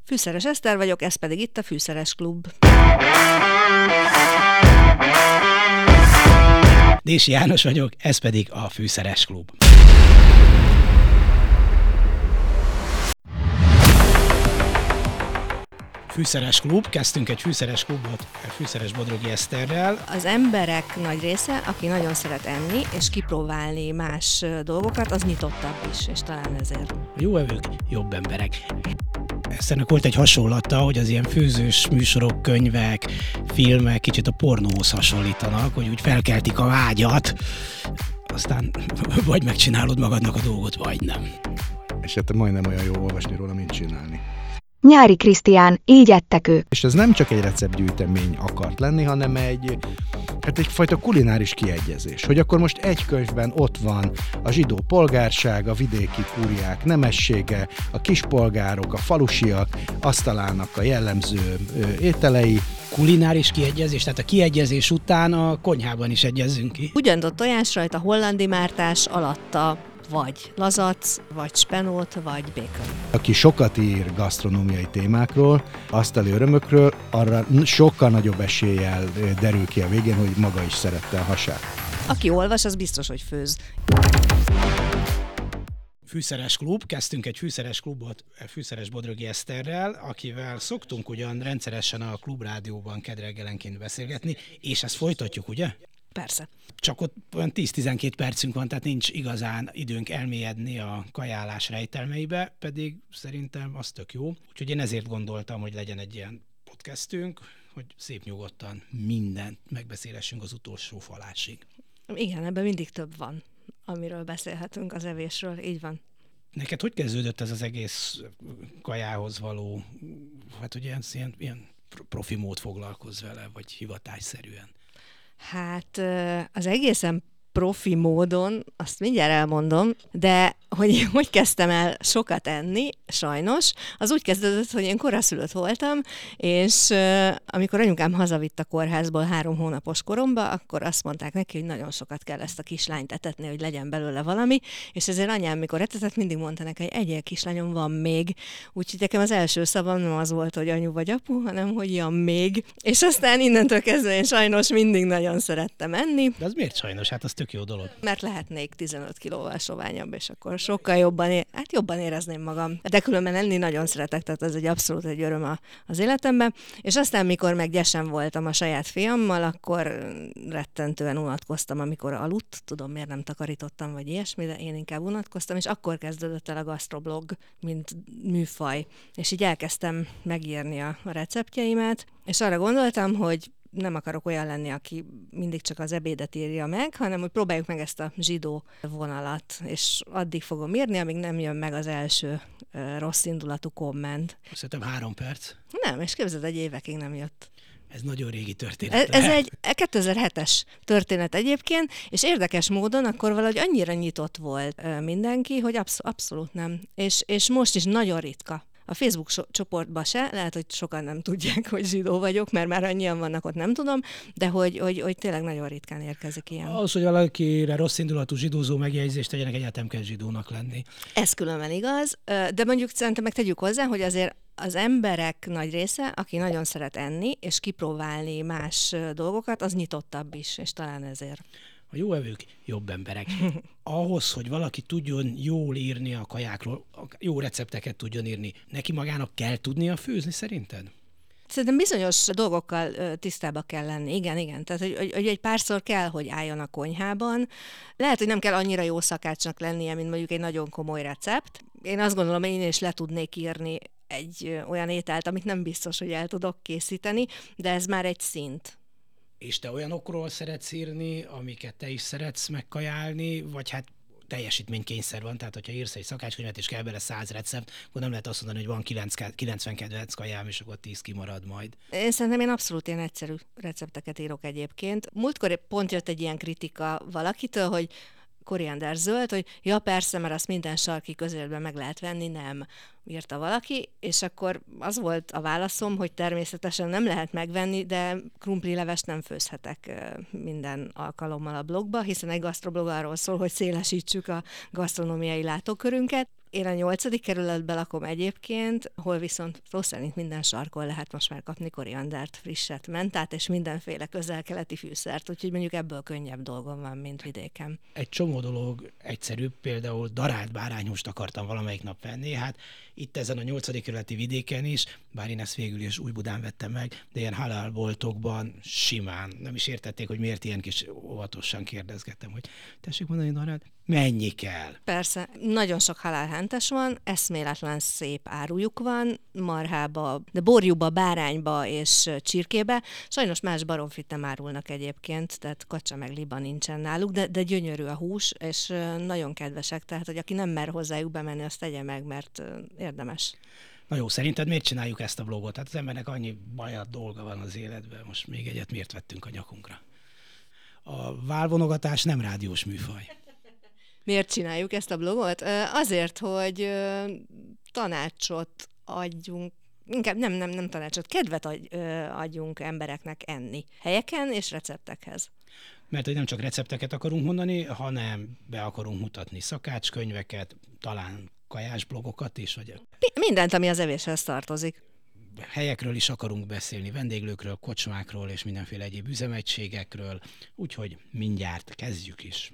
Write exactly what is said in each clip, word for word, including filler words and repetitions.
Fűszeres Eszter vagyok, ez pedig itt a Fűszeres Klub. Dési János vagyok, ez pedig a Fűszeres Klub. Fűszeres Klub, kezdtünk egy Fűszeres Klubot Fűszeres Bodrogi Eszterrel. Az emberek nagy része, aki nagyon szeret enni és kipróbálni más dolgokat, az nyitottabb is, és talán ezért. Jó evők, jobb emberek. Eszternek volt egy hasonlata, hogy az ilyen főzős műsorok, könyvek, filmek kicsit a pornóhoz hasonlítanak, hogy úgy felkeltik a vágyat, aztán vagy megcsinálod magadnak a dolgot, vagy nem. És hát majdnem olyan jó olvasni róla, mint csinálni. Nyári Krisztián, így ettek ők. És ez nem csak egy receptgyűjtemény akart lenni, hanem egy, hát egyfajta kulináris kiegyezés. Hogy akkor most egy könyvben ott van a zsidó polgárság, a vidéki kúriák nemessége, a kispolgárok, a falusiak, asztalának a jellemző ö, ételei. Kulináris kiegyezés, tehát a kiegyezés után a konyhában is egyezzünk ki. Ugyanott tojás rajta, hollandi mártás, alatta vagy lazac, vagy spenót, vagy bacon. Aki sokat ír gasztronómiai témákról, asztali örömökről, arra sokkal nagyobb eséllyel derül ki a végén, hogy maga is szerette a hasát. Aki olvas, az biztos, hogy főz. Fűszeres Klub, kezdtünk egy Fűszeres Klubot Fűszeres Bodrogi Eszterrel, akivel szoktunk ugyan rendszeresen a Klubrádióban kedreggelenként beszélgetni, és ezt folytatjuk, ugye? Persze. Csak ott olyan tíz-tizenkét percünk van, tehát nincs igazán időnk elmélyedni a kajálás rejtelmeibe, pedig szerintem az tök jó. Úgyhogy én ezért gondoltam, hogy legyen egy ilyen podcastünk, hogy szép nyugodtan mindent megbeszélessünk az utolsó falásig. Igen, ebben mindig több van, amiről beszélhetünk az evésről, így van. Neked hogy kezdődött ez az egész kajához való, hát ugye ilyen, ilyen profi mód foglalkozz vele, vagy hivatásszerűen? Hát az egészen profi módon, azt mindjárt elmondom, de hogy hogy kezdtem el sokat enni, sajnos, az úgy kezdődött, hogy én koraszülött voltam, és uh, amikor anyukám hazavitt a kórházból három hónapos koromba, akkor azt mondták neki, hogy nagyon sokat kell ezt a kislányt etetni, hogy legyen belőle valami, és ezért anyám, mikor etetett, mindig mondta neki, hogy egyél kislányom, van még. Úgyhogy nekem az első szavam nem az volt, hogy anyu vagy apu, hanem hogy jam még. És aztán innentől kezdve én sajnos mindig nagyon szerettem enni. De az miért sajnos? Hát az tök jó dolog. Mert lehetnék tizenöt kilóval soványabb, és akkor sokkal jobban, é- hát jobban érezném magam. De különben enni nagyon szeretek, tehát ez egy abszolút egy öröm a, az életemben. És aztán, mikor meg gyesen voltam a saját fiammal, akkor rettentően unatkoztam, amikor aludt. Tudom, miért nem takarítottam, vagy ilyesmi, de én inkább unatkoztam, és akkor kezdődött el a gasztroblog, mint műfaj. És így elkezdtem megírni a, a receptjeimet, és arra gondoltam, hogy nem akarok olyan lenni, aki mindig csak az ebédet írja meg, hanem hogy próbáljuk meg ezt a zsidó vonalat, és addig fogom írni, amíg nem jön meg az első uh, rossz indulatú komment. Szerintem három perc. Nem, és képzeld, egy évekig nem jött. Ez nagyon régi történet. Ez, ez egy kétezer-hetes történet egyébként, és érdekes módon akkor valahogy annyira nyitott volt uh, mindenki, hogy absz- abszolút nem. És, és most is nagyon ritka. A Facebook so- csoportban se, lehet, hogy sokan nem tudják, hogy zsidó vagyok, mert már annyian vannak ott, nem tudom, de hogy, hogy, hogy tényleg nagyon ritkán érkezik ilyen. Ahhoz, hogy valakire rossz indulatú zsidózó megjegyzést tegyenek, egyáltalán kell zsidónak lenni. Ez különben igaz, de mondjuk szerintem meg tegyük hozzá, hogy azért az emberek nagy része, aki nagyon szeret enni, és kipróbálni más dolgokat, az nyitottabb is, és talán ezért. A jó evők, jobb emberek. Ahhoz, hogy valaki tudjon jól írni a kajákról, jó recepteket tudjon írni, neki magának kell tudnia főzni szerinted? Szerintem bizonyos dolgokkal tisztába kell lenni. Igen, igen. Tehát, hogy, hogy, hogy egy párszor kell, hogy álljon a konyhában. Lehet, hogy nem kell annyira jó szakácsnak lennie, mint mondjuk egy nagyon komoly recept. Én azt gondolom, hogy én is le tudnék írni egy olyan ételt, amit nem biztos, hogy el tudok készíteni, de ez már egy szint. És te olyanokról szeretsz írni, amiket te is szeretsz megkajálni, vagy hát teljesítménykényszer van, tehát hogyha írsz egy szakácskönyvet és kell bele száz recept, akkor nem lehet azt mondani, hogy van kilencven kedvenc kajám, és akkor tíz kimarad majd. Én szerintem én abszolút ilyen egyszerű recepteket írok egyébként. Múltkor pont jött egy ilyen kritika valakitől, hogy koriander zöld, hogy ja persze, mert azt minden sarki közértben meg lehet venni, nem, írta valaki, és akkor az volt a válaszom, hogy természetesen nem lehet megvenni, de krumplilevest nem főzhetek minden alkalommal a blogba, hiszen egy gasztroblog arról szól, hogy szélesítsük a gasztronómiai látókörünket. Én a nyolcadik kerületben lakom egyébként, hol viszont szó szerint minden sarkon lehet most már kapni koriandert, frisset, mentát és mindenféle közel-keleti fűszert, úgyhogy mondjuk ebből könnyebb dolgom van, mint vidéken. Egy csomó dolog egyszerűbb, például darált bárányhúst akartam valamelyik nap venni, hát itt ezen a nyolcadik kerületi vidéken is, bár én ezt végül is Újbudán vettem meg, de ilyen halálboltokban simán nem is értették, hogy miért ilyen kis óvatosan kérdezgettem, hogy tessék mondani darált, mennyi kell? Persze, nagyon sok halálhentes van, eszméletlen szép árujuk van, marhába, de borjúba, bárányba és csirkébe. Sajnos más baromfit nem árulnak egyébként, tehát kacsa meg liba nincsen náluk, de, de gyönyörű a hús, és nagyon kedvesek, tehát hogy aki nem mer hozzájuk bemenni, azt tegye meg, mert érdemes. Na jó, szerinted miért csináljuk ezt a vlogot? Hát az embernek annyi baja, dolga van az életben, most még egyet miért vettünk a nyakunkra? A válvonogatás nem rádiós műfaj. Miért csináljuk ezt a blogot? Azért, hogy tanácsot adjunk, inkább nem, nem, nem tanácsot, kedvet adjunk embereknek enni helyeken és receptekhez. Mert hogy nem csak recepteket akarunk mondani, hanem be akarunk mutatni szakácskönyveket, talán kajás blogokat is, vagy mindent, ami az evéshez tartozik. Helyekről is akarunk beszélni, vendéglőkről, kocsmákról és mindenféle egyéb üzemegységekről, úgyhogy mindjárt kezdjük is.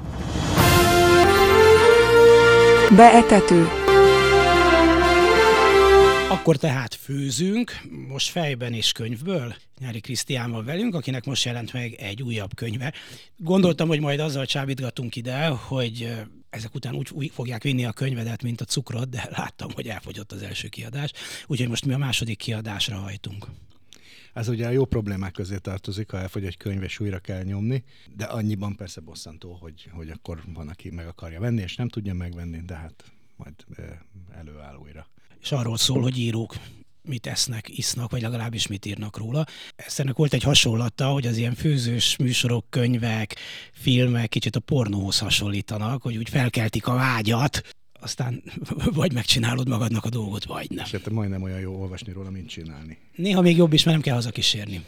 Beetető. Akkor tehát főzünk, most fejben és könyvből. Nyári Krisztiánval velünk, akinek most jelent meg egy újabb könyve. Gondoltam, hogy majd azzal csábítgatunk ide, hogy ezek után úgy, úgy fogják vinni a könyvedet, mint a cukrot, de láttam, hogy elfogyott az első kiadás, úgyhogy most mi a második kiadásra hajtunk. Ez ugye a jó problémák közé tartozik, ha elfogy egy könyv és újra kell nyomni, de annyiban persze bosszantó, hogy, hogy akkor van, aki meg akarja venni, és nem tudja megvenni, de hát majd előáll újra. És arról szól, hogy írók mit esznek, isznak, vagy legalábbis mit írnak róla. Ennek volt egy hasonlata, hogy az ilyen főzős műsorok, könyvek, filmek kicsit a pornóhoz hasonlítanak, hogy úgy felkeltik a vágyat, aztán vagy megcsinálod magadnak a dolgot, vagy nem. És hát majdnem olyan jó olvasni róla, mint csinálni. Néha még jobb is, mert nem kell hazakísérni.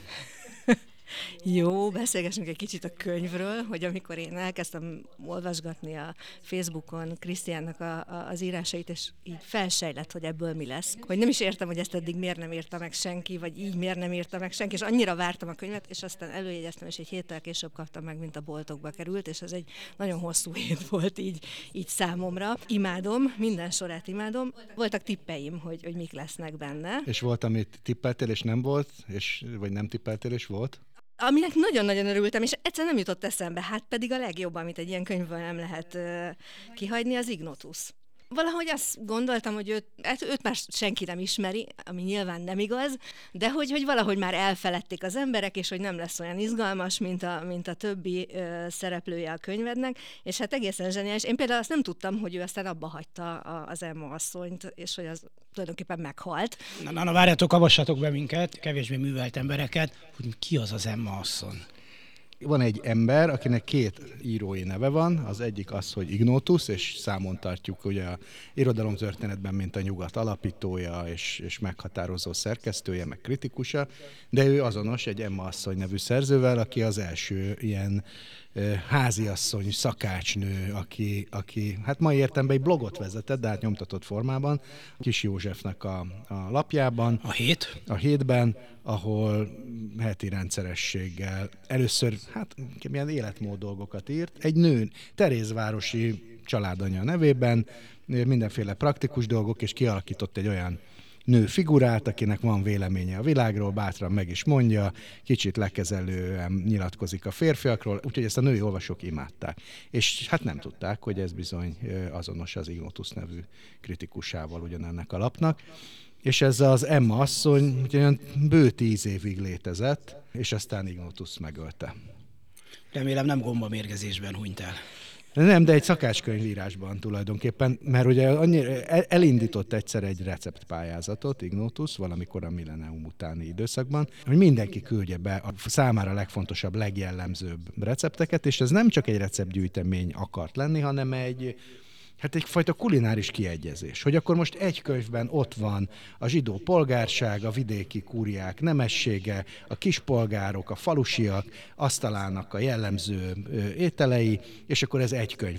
Jó, beszélgessünk egy kicsit a könyvről, hogy amikor én elkezdtem olvasgatni a Facebookon Krisztiánnak a, a, az írásait, és így felsejlett, hogy ebből mi lesz. Hogy nem is értem, hogy ezt eddig miért nem írta meg senki, vagy így miért nem írta meg senki, és annyira vártam a könyvet, és aztán előjegyeztem, és egy héttel később kaptam meg, mint a boltokba került, és ez egy nagyon hosszú hét volt így, így számomra. Imádom, minden sorát imádom. Voltak tippeim, hogy, hogy mik lesznek benne. És volt, amit tippeltél, és nem volt, és, vagy nem tippeltél, és volt? Aminek nagyon-nagyon örültem, és egyszerűen nem jutott eszembe, hát pedig a legjobb, amit egy ilyen könyvből nem lehet uh, kihagyni, az Ignotus. Valahogy azt gondoltam, hogy őt, hát őt már senki nem ismeri, ami nyilván nem igaz, de hogy, hogy valahogy már elfeledték az emberek, és hogy nem lesz olyan izgalmas, mint a, mint a többi ö, szereplője a könyvednek, és hát egészen zseniális. Én például azt nem tudtam, hogy ő aztán abba hagyta a, az Emma asszonyt, és hogy az tulajdonképpen meghalt. Na, na, na várjátok, avassatok be minket, kevésbé művelt embereket, hogy ki az az Emma asszony. Van egy ember, akinek két írói neve van, az egyik az, hogy Ignotus, és számon tartjuk ugye a irodalomtörténetben, mint a nyugat alapítója, és, és meghatározó szerkesztője, meg kritikusa, de ő azonos egy Emma asszony nevű szerzővel, aki az első ilyen háziasszony, szakácsnő, aki, aki hát mai értelemben egy blogot vezetett, de hát nyomtatott formában, Kis Józsefnek a, a lapjában. A hét? A hétben, ahol heti rendszerességgel először, hát milyen életmód dolgokat írt. Egy nő, Terézvárosi családanya nevében, mindenféle praktikus dolgok, és kialakított egy olyan nő figurát, akinek van véleménye a világról, bátran meg is mondja, kicsit lekezelően nyilatkozik a férfiakról, úgyhogy ezt a női olvasók imádták. És hát nem tudták, hogy ez bizony azonos az Ignotus nevű kritikusával ugyanennek a lapnak. És ez az Emma asszony olyan bő tíz évig létezett, és aztán Ignotus megölte. Remélem nem gombamérgezésben hunyt el. Nem, de egy szakácskönyvírásban tulajdonképpen, mert ugye annyira elindított egyszer egy receptpályázatot, Ignotus, valamikor a millenium utáni időszakban, hogy mindenki küldje be a számára legfontosabb, legjellemzőbb recepteket, és ez nem csak egy receptgyűjtemény akart lenni, hanem egy Hát egyfajta kulináris kiegyezés, hogy akkor most egy könyvben ott van a zsidó polgárság, a vidéki kúriák nemessége, a kispolgárok, a falusiak, asztalának a jellemző ételei, és akkor ez egy könyvben.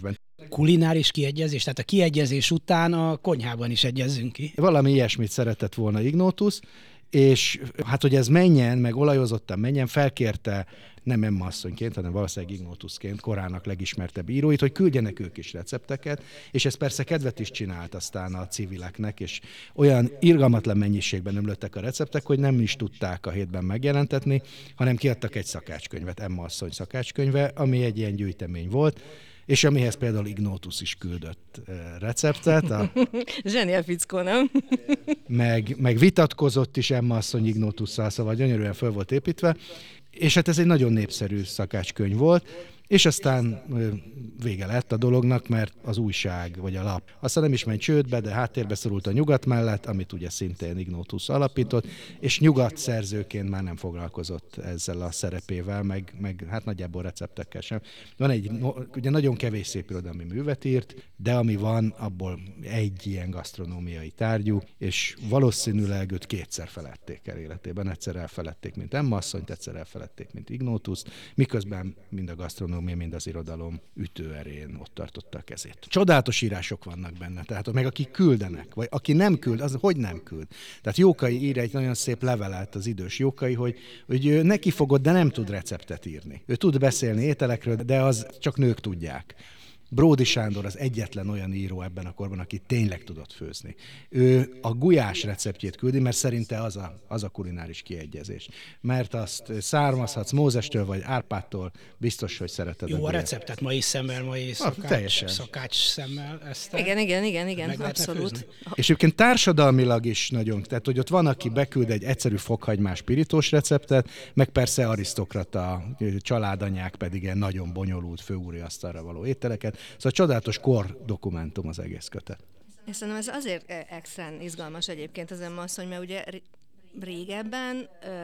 kulináris kiegyezés, tehát a kiegyezés után a konyhában is egyezzünk ki. Valami ilyesmit szeretett volna Ignótusz, és hát, hogy ez menjen, meg olajozottan menjen, felkérte nem Emma asszonyként, hanem valószínűleg Ignótuszként korának legismertebb íróit, hogy küldjenek ők is recepteket, és ez persze kedvet is csinált aztán a civileknek, és olyan irgalmatlan mennyiségben ömlöttek a receptek, hogy nem is tudták a hétben megjelentetni, hanem kiadtak egy szakácskönyvet, Emma asszony szakácskönyve, ami egy ilyen gyűjtemény volt, és amihez például Ignótusz is küldött receptet. A... Zseniál fickó, nem? meg, meg vitatkozott is Emma asszony Ignótusszal, szóval gyönyörűen föl volt építve, és hát ez egy nagyon népszerű szakácskönyv volt, és aztán vége lett a dolognak, mert az újság, vagy a lap. Aztán nem is ment csődbe, de háttérbe szorult a Nyugat mellett, amit ugye szintén Ignótusz alapított, és Nyugat szerzőként már nem foglalkozott ezzel a szerepével, meg, meg hát nagyjából receptekkel sem. Van egy, ugye nagyon kevés szép irodalmi művet írt, de ami van, abból egy ilyen gasztronómiai tárgyú, és valószínűleg őt kétszer feledték el életében. Egyszer elfeledték, mint Emma asszonyt, egyszer elfeledték, mint Ignótusz, miközben mind a gasztronómia, mind az irodalom ütőerén ott tartotta a kezét. Csodálatos írások vannak benne, tehát meg akik küldenek, vagy aki nem küld, az hogy nem küld. Tehát Jókai ír egy nagyon szép levelet, az idős Jókai, hogy, hogy neki fogod, de nem tud receptet írni. Ő tud beszélni ételekről, de az csak nők tudják. Bródi Sándor az egyetlen olyan író ebben a korban, aki tényleg tudott főzni. Ő a gulyás receptjét küldi, mert szerinte az a, az a kulináris kiegyezés. Mert azt származhatsz Mózestől vagy Árpádtól, biztos, hogy szereted. Jó, a receptet mai szemmel, mai szakács, szakács szemmel. Ezt igen, igen, igen, igen, abszolút. És egyébként társadalmilag is nagyon, tehát hogy ott van, aki beküld egy egyszerű fokhagymás pirítós receptet, meg persze arisztokrata családanyák pedig egy nagyon bonyolult főúri asztalra való ételeket. Szóval csodálatos kor dokumentum az egész kötet. És szerintem ez azért extrán izgalmas egyébként az Emma asszony, mert ugye régebben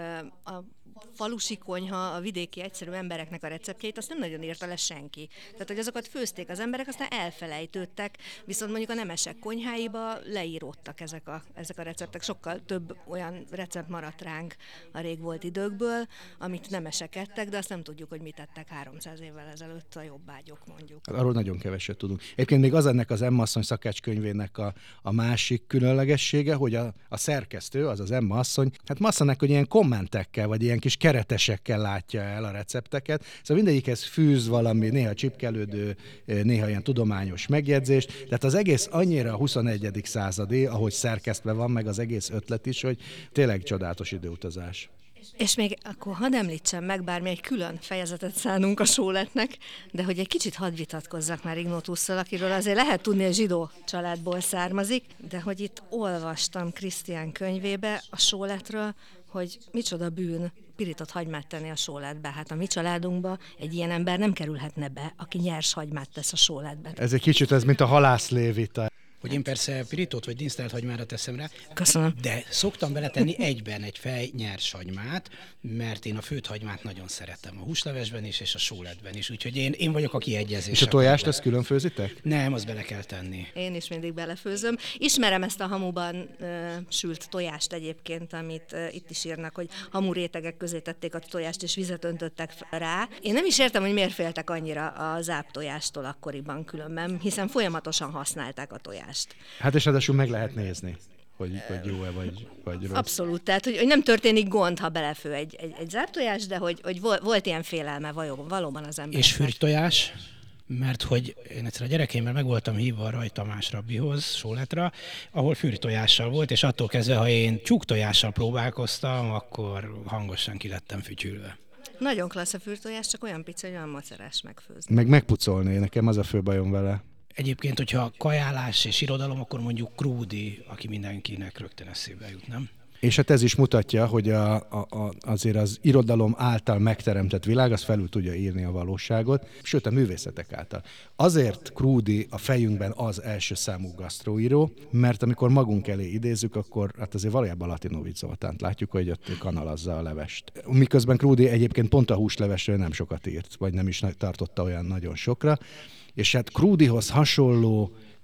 a falusi konyha, a vidéki egyszerű embereknek a receptjeit, azt nem nagyon írta le senki. Tehát, hogy azokat főzték az emberek, aztán elfelejtődtek, viszont mondjuk a nemesek konyháiba leíródtak ezek a, ezek a receptek. Sokkal több olyan recept maradt ránk a régvolt időkből, amit nemesek ettek, de azt nem tudjuk, hogy mit ettek háromszáz évvel ezelőtt a jobbágyok, mondjuk. Hát arról nagyon keveset tudunk. Egyébként még az ennek az Emma asszony szakácskönyvének a, a másik különlegessége, hogy a, a szerkesztő, az az Emma asszony, hát masszanak, hogy ilyen kommentekkel, vagy ilyen kis keretesekkel látja el a recepteket. Szóval mindegyikhez fűz valami, néha csipkelődő, néha ilyen tudományos megjegyzést. Tehát az egész annyira a huszonegyedik századi, ahogy szerkesztve van, meg az egész ötlet is, hogy tényleg csodálatos időutazás. És még akkor hadd említsem meg, bár mi egy külön fejezetet szánunk a sóletnek, de hogy egy kicsit hadd vitatkozzak már Ignótusszal, akiről azért lehet tudni, hogy zsidó családból származik, de hogy itt olvastam Krisztián könyvébe a sóletről, hogy micsoda bűn pirított hagymát tenni a sóletbe. Hát a mi családunkba egy ilyen ember nem kerülhetne be, aki nyers hagymát tesz a sóletbe. Ez egy kicsit ez, mint a halászlévita. Hogy én persze pirított vagy dinsztelt hagymára teszem rá. Köszönöm. De szoktam beletenni egyben egy fej nyers hagymát, mert én a főtt hagymát nagyon szeretem. A húslevesben is, és a sóletben is. Úgyhogy én, én vagyok a kiegyezés. És a tojást ezt külön főzitek? Nem, azt bele kell tenni. Én is mindig belefőzöm. Ismerem ezt a hamuban ö, sült tojást egyébként, amit ö, itt is írnak, hogy hamu rétegek közé tették a tojást, és vizet öntöttek rá. Én nem is értem, hogy miért féltek annyira a záptojástól akkoriban különben, hiszen folyamatosan használták a tojást. Hát és ráadásul meg lehet nézni, hogy, hogy jó-e vagy, vagy rossz. Abszolút, tehát hogy, hogy nem történik gond, ha belefő egy, egy, egy záptojás, de hogy, hogy volt ilyen félelme valóban az embernek. És fürgytojás? Mert hogy én egyszer a gyerekeimmel meg voltam hívva a Raj Tamás rabbihoz, sóletra, ahol fürgytojással volt, és attól kezdve, ha én tyúktojással próbálkoztam, akkor hangosan ki lettem fütyülve. Nagyon klassz a fürgytojás, csak olyan pici, hogy olyan macerás megfőzni. Meg megpucolni, nekem az a fő bajom vele. Egyébként, hogyha kajálás és irodalom, akkor mondjuk Krúdi, aki mindenkinek rögtön eszébe jut, nem? És hát ez is mutatja, hogy a, a, a, azért az irodalom által megteremtett világ, az felül tudja írni a valóságot, sőt a művészetek által. Azért Krúdi a fejünkben az első számú gasztroíró, mert amikor magunk elé idézzük, akkor hát azért valójában Latinovics Zoltánt látjuk, hogy ott kanalazza a levest. Miközben Krúdi egyébként pont a húslevesről nem sokat írt, vagy nem is tartotta olyan nagyon sokra, és hát Krúdihoz hasonló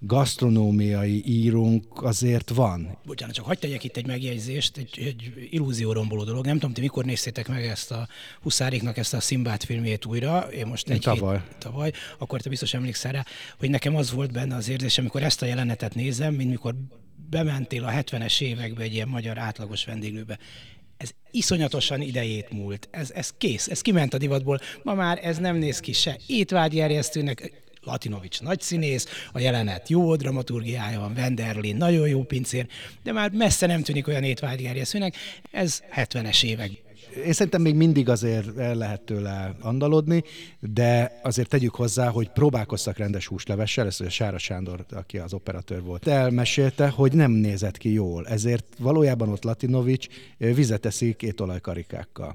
gasztronómiai írónk azért van. Bocsánat, csak hagyd tegyek itt egy megjegyzést, egy, egy illúzióromboló dolog. Nem tudom, ti mikor néztétek meg ezt a Huszáriknak ezt a Szimbád filmjét újra. Én most egy tavaly. Hét, tavaly, akkor te biztos emlékszel rá, hogy nekem az volt benne az érzés, amikor ezt a jelenetet nézem, mint mikor bementél a hetvenes évekbe egy ilyen magyar átlagos vendéglőbe. Ez iszonyatosan idejét múlt. Ez, ez kész, ez kiment a divatból. Ma már ez nem néz ki se étvágygerjesztőnek. Latinovics nagy színész, a jelenet jó dramaturgiája van, Wenderlin nagyon jó pincér, de már messze nem tűnik olyan étvágygerjesztőnek. Ez hetvenes évek. Én szerintem még mindig azért el lehet tőle andalodni, de azért tegyük hozzá, hogy próbálkoztak rendes húslevessel, ezt a Sára Sándor, aki az operatőr volt, elmesélte, hogy nem nézett ki jól, ezért valójában ott Latinovics vizet eszik étolajkarikákkal.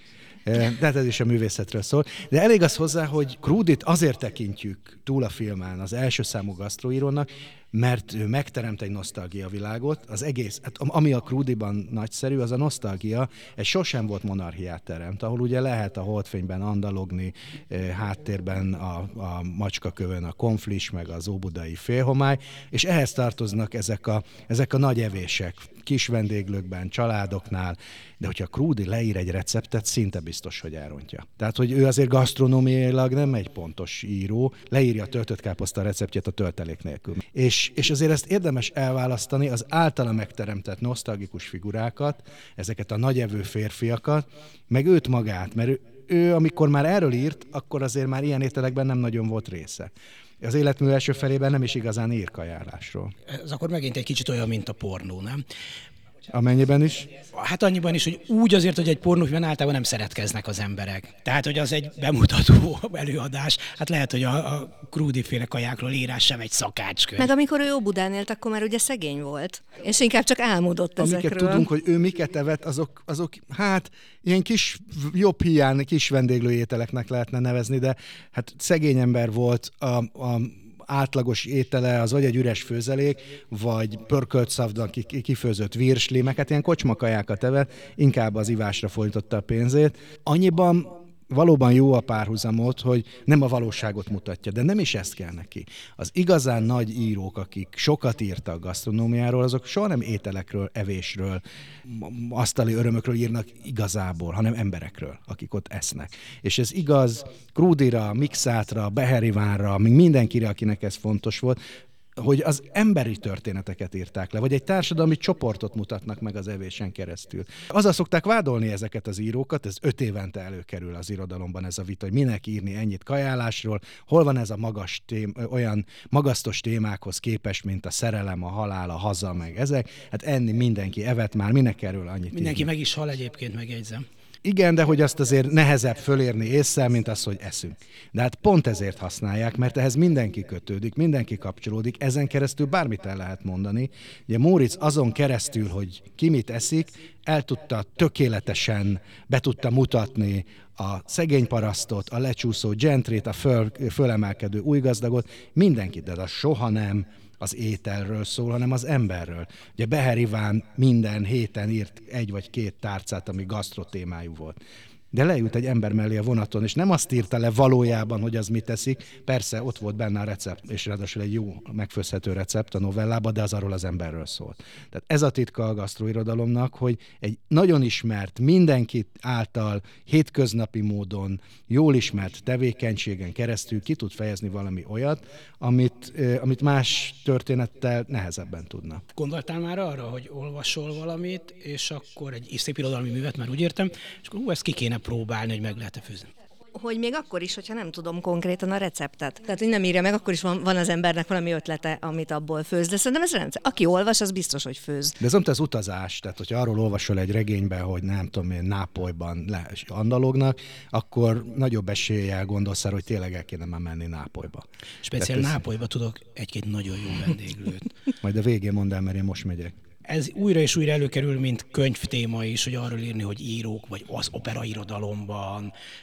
Tehát ez is a művészetről szól. De elég az hozzá, hogy Krúdit azért tekintjük túl a filmen az első számú gasztroírónak, mert ő megteremt egy nosztalgia világot, az egész, hát ami a Krúdiban nagyszerű, az a nosztalgia, egy sosem volt monarchiát teremt, ahol ugye lehet a holdfényben andalogni, háttérben a, a macskakövön a konflis, meg az óbudai félhomály, és ehhez tartoznak ezek a, ezek a nagy evések, kis vendéglőkben, családoknál, de hogyha Krúdi leír egy receptet, szinte biztos, hogy elrontja. Tehát, hogy ő azért gasztronómiailag nem egy pontos író, leírja a töltött káposzta receptjét a töltelék nélkül. És, és azért ezt érdemes elválasztani, az általa megteremtett nosztalgikus figurákat, ezeket a nagyevő férfiakat, meg őt magát, mert ő, ő amikor már erről írt, akkor azért már ilyen ételekben nem nagyon volt része. Az életmű első felében nem is igazán ír kajálásról. Ez akkor megint egy kicsit olyan, mint a pornó, nem? Amennyiben is? Hát annyiban is, hogy úgy azért, hogy egy pornófilmben általában nem szeretkeznek az emberek. Tehát, hogy az egy bemutató előadás. Hát lehet, hogy a, a Krúdi-féle kajákról írás sem egy szakácskönyv. Meg amikor ő Óbudán élt, akkor már ugye szegény volt, és inkább csak álmodott Amiket ezekről. Amiket tudunk, hogy ő miket evett, azok, azok hát ilyen kis, jobb hiány, kis vendéglőételeknek lehetne nevezni, de hát szegény ember volt, a, a átlagos étele az vagy egy üres főzelék, vagy pörkölt szavnak kifőzött virsli, meg hát ilyen kocsmakajákat evett, inkább az ivásra fordította a pénzét. Annyiban valóban jó a párhuzamot, hogy nem a valóságot mutatja, de nem is ezt kell neki. Az igazán nagy írók, akik sokat írtak gasztronómiáról, azok soha nem ételekről, evésről, asztali örömökről írnak igazából, hanem emberekről, akik ott esznek. És ez igaz Krúdira, Mikszátra, Beherivánra, még mindenkire, akinek ez fontos volt, hogy az emberi történeteket írták le, vagy egy társadalmi csoportot mutatnak meg az evésen keresztül. Azzal szokták vádolni ezeket az írókat, ez öt évente előkerül az irodalomban ez a vita, hogy minek írni ennyit kajálásról, hol van ez a magas tém, olyan magasztos témákhoz képest, mint a szerelem, a halál, a haza, meg ezek. Hát enni mindenki evett már, minek erről annyit Mindenki írni. meg is hal egyébként, megjegyzem. Igen, de hogy azt azért nehezebb fölérni ésszel, mint az, hogy eszünk. De hát pont ezért használják, mert ehhez mindenki kötődik, mindenki kapcsolódik, ezen keresztül bármit el lehet mondani. Ugye Móricz azon keresztül, hogy ki mit eszik, el tudta tökéletesen, be tudta mutatni a szegény parasztot, a lecsúszó gentrit, a föl, fölemelkedő új gazdagot, mindenkit, de az soha nem az ételről szól, hanem az emberről. Ugye Beher Iván minden héten írt egy vagy két tárcát, ami gasztrotémájú volt. De leült egy ember mellé a vonaton, és nem azt írta le valójában, hogy az mit teszik. Persze ott volt benne a recept, és ráadásul egy jó megfőzhető recept a novellában, de az arról az emberről szólt. Tehát ez a titka a gasztroirodalomnak, hogy egy nagyon ismert, mindenki által hétköznapi módon jól ismert tevékenységen keresztül ki tud fejezni valami olyat, amit, amit más történettel nehezebben tudna. Gondoltál már arra, hogy olvasol valamit, és akkor egy szép irodalmi művet, már úgy értem, és akkor hú, ezt ki kéne próbálni, hogy meg lehet-e főzni. Hogy még akkor is, hogyha nem tudom konkrétan a receptet. Tehát, hogy nem írja meg, akkor is van, van az embernek valami ötlete, amit abból főz. De szerintem ez rendszer. Aki olvas, az biztos, hogy főz. De ez nem az utazás, tehát hogyha arról olvasol egy regényben, hogy nem tudom én, Nápolyban le, andalognak, akkor nagyobb eséllyel gondolsz arra, hogy tényleg el kéne már menni Nápolyba. Speciál ez... Nápolyba tudok egy-két nagyon jó vendéglőt. Majd a végén mondd el, mert én most megyek. Ez újra és újra előkerül, mint könyvtéma is, hogy arról írni, hogy írók, vagy az operairodalomban,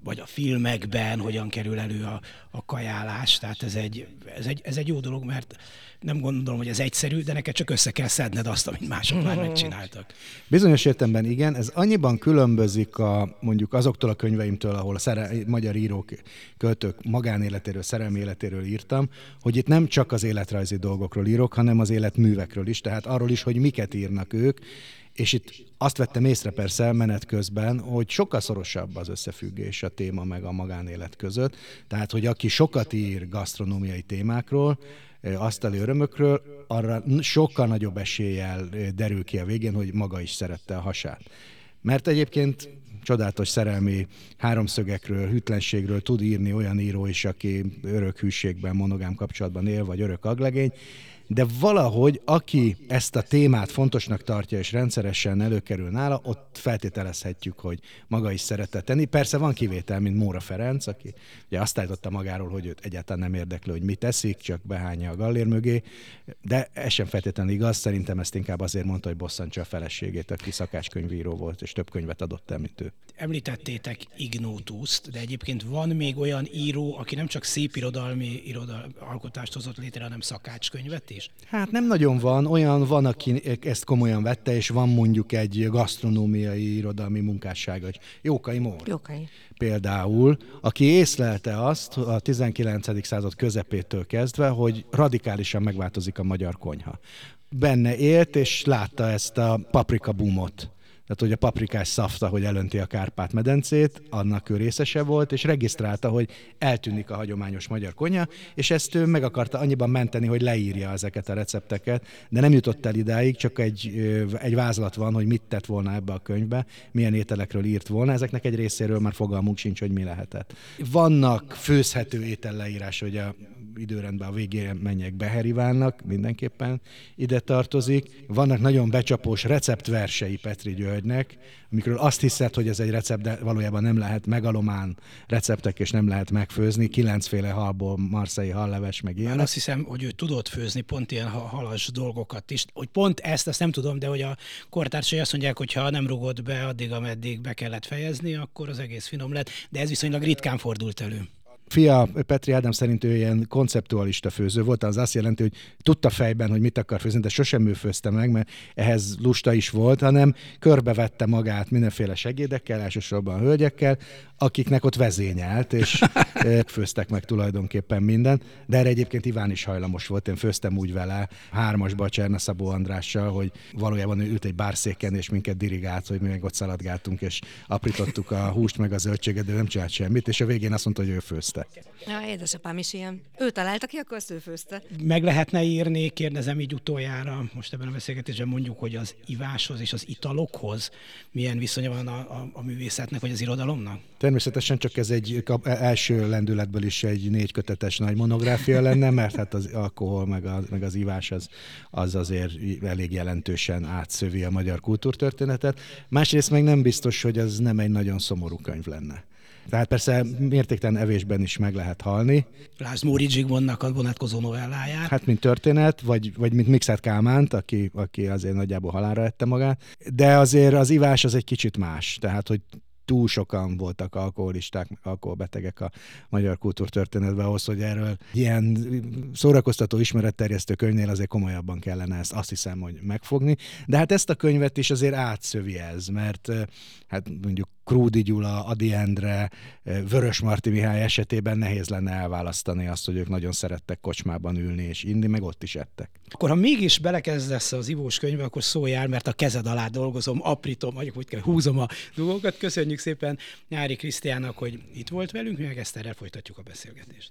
vagy a filmekben hogyan kerül elő a, a kajálás. Tehát ez egy, ez, egy, ez egy jó dolog, mert nem gondolom, hogy ez egyszerű, de neked csak össze kell szedned azt, amit mások már megcsináltak. Bizonyos értelemben igen, ez annyiban különbözik a, mondjuk azoktól a könyveimtől, ahol a szere- magyar írók, költők magánéletéről, szerelmi életéről írtam, hogy itt nem csak az életrajzi dolgokról írok, hanem az életművekről is, tehát arról is, hogy miket írnak ők, és itt azt vettem észre persze menet közben, hogy sokkal szorosabb az összefüggés a téma meg a magánélet között. Tehát, hogy aki sokat ír gasztronómiai témákról, asztali örömökről, arra sokkal nagyobb eséllyel derül ki a végén, hogy maga is szerette a hasát. Mert egyébként csodálatos szerelmi háromszögekről, hűtlenségről tud írni olyan író is, aki örök hűségben, monogám kapcsolatban él, vagy örök aglegény, de valahogy, aki ezt a témát fontosnak tartja, és rendszeresen előkerül nála, ott feltételezhetjük, hogy maga is szerette tenni. Persze van kivétel, mint Móra Ferenc, aki ugye azt állította magáról, hogy őt egyáltalán nem érdekli, hogy mit teszik, csak behányja a gallér mögé, de ez sem feltétlenül igaz, szerintem ezt inkább azért mondta, hogy bosszantsa a feleségét, aki szakácskönyvíró volt, és több könyvet adott el, mint ő. Említettétek Ignótuszt, de egyébként van még olyan író, aki nem csak szép irodalmi irodalmi alkotást hozott létre, hanem szakácskönyvet is? Hát nem nagyon van. Olyan van, aki ezt komolyan vette, és van mondjuk egy gasztronómiai irodalmi munkássága. Jókai Mór. Jókai. Például, aki észlelte azt a tizenkilencedik század közepétől kezdve, hogy radikálisan megváltozik a magyar konyha. Benne élt, és látta ezt a paprika boomot. Tehát, hogy a paprikás szafta, hogy elönti a Kárpát-medencét, annak ő részese volt, és regisztrálta, hogy eltűnik a hagyományos magyar konyha, és ezt ő meg akarta annyiban menteni, hogy leírja ezeket a recepteket, de nem jutott el idáig, csak egy, egy vázlat van, hogy mit tett volna ebbe a könyvbe, milyen ételekről írt volna, ezeknek egy részéről már fogalmunk sincs, hogy mi lehetett. Vannak főzhető ételleírás, hogy a időrendben a végére menjek Beher Ivánnak, mindenképpen ide tartozik. Vannak nagyon becsapós receptversei Petri Györgynek, amikről azt hiszed, hogy ez egy recept, de valójában nem lehet, megalomán receptek, és nem lehet megfőzni, kilencféle halból, marszei halleves, meg ilyenek. Azt hiszem, hogy ő tudott főzni pont ilyen halas dolgokat is. Hogy pont ezt, azt nem tudom, de hogy a kortársai azt mondják, hogy ha nem rugod be addig, ameddig be kellett fejezni, akkor az egész finom lett, de ez viszonylag ritkán fordult elő. Fia, Petri Ádám szerint ő ilyen konceptualista főző volt, az azt jelenti, hogy tudta fejben, hogy mit akar főzni, de sosem ő főzte meg, mert ehhez lusta is volt, hanem körbevette magát mindenféle segédekkel, elsősorban hölgyekkel, akiknek ott vezényelt, és főztek meg tulajdonképpen mindent, de erre egyébként Iván is hajlamos volt, én főztem úgy vele hármasba a Csernaszabó Andrással, hogy valójában ő ült egy bárszéken, és minket dirigált, hogy mi meg ott szaladgáltunk, és aprítottuk a húst meg a zöldséget, de nem csinált semmit, és a végén azt mondta, hogy ő főzte. Ja, édesapám is ilyen. Ő találta ki, akkor azt ő főzte. Meg lehetne írni, kérdezem így utoljára, most ebben a beszélgetésben mondjuk, hogy az iváshoz és az italokhoz milyen viszonya van a, a, a művészetnek, vagy az irodalomnak? Természetesen csak ez egy első lendületből is egy négy kötetes nagy monográfia lenne, mert hát az alkohol meg, a, meg az ivás az, az azért elég jelentősen átszövi a magyar kultúrtörténetet. Másrészt meg nem biztos, hogy ez nem egy nagyon szomorú könyv lenne. Tehát persze mértéktelen evésben is meg lehet halni. Lásd Móri Zsigmondnak a vonatkozó novelláját. Hát mint történet, vagy, vagy mint Mikszáth Kálmánt, aki, aki azért nagyjából halálra ette magát. De azért az ivás az egy kicsit más. Tehát, hogy túl sokan voltak alkoholisták, alkoholbetegek a magyar kultúrtörténetben ahhoz, hogy erről ilyen szórakoztató ismeretterjesztő könyvnél azért komolyabban kellene ezt azt hiszem, hogy megfogni. De hát ezt a könyvet is azért átszövi ez, mert hát mondjuk Krúdy Gyula, Ady Endre, Vörös Marti Mihály esetében nehéz lenne elválasztani azt, hogy ők nagyon szerettek kocsmában ülni és inni, meg ott is ettek. Akkor ha mégis belekezdesz az ivós könyvbe, akkor szóljál, mert a kezed alá dolgozom, aprítom, mondjuk úgy kell, húzom a dolgokat. Köszönjük szépen Nyári Krisztiánnak, hogy itt volt velünk, mi meg Eszterrel folytatjuk a beszélgetést.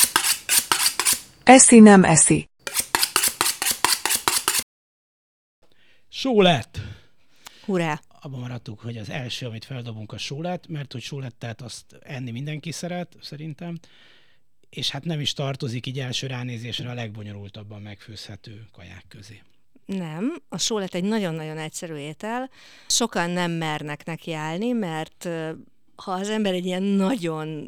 Eszi nem eszi. Só lett! Hurrá! Abban maradtuk, hogy az első, amit feldobunk, a só lett, mert hogy só lettet azt enni mindenki szeret, szerintem, és hát nem is tartozik így első ránézésre a legbonyolultabban megfőzhető kaják közé. Nem, a só lett egy nagyon-nagyon egyszerű étel. Sokan nem mernek neki állni, mert ha az ember egy ilyen nagyon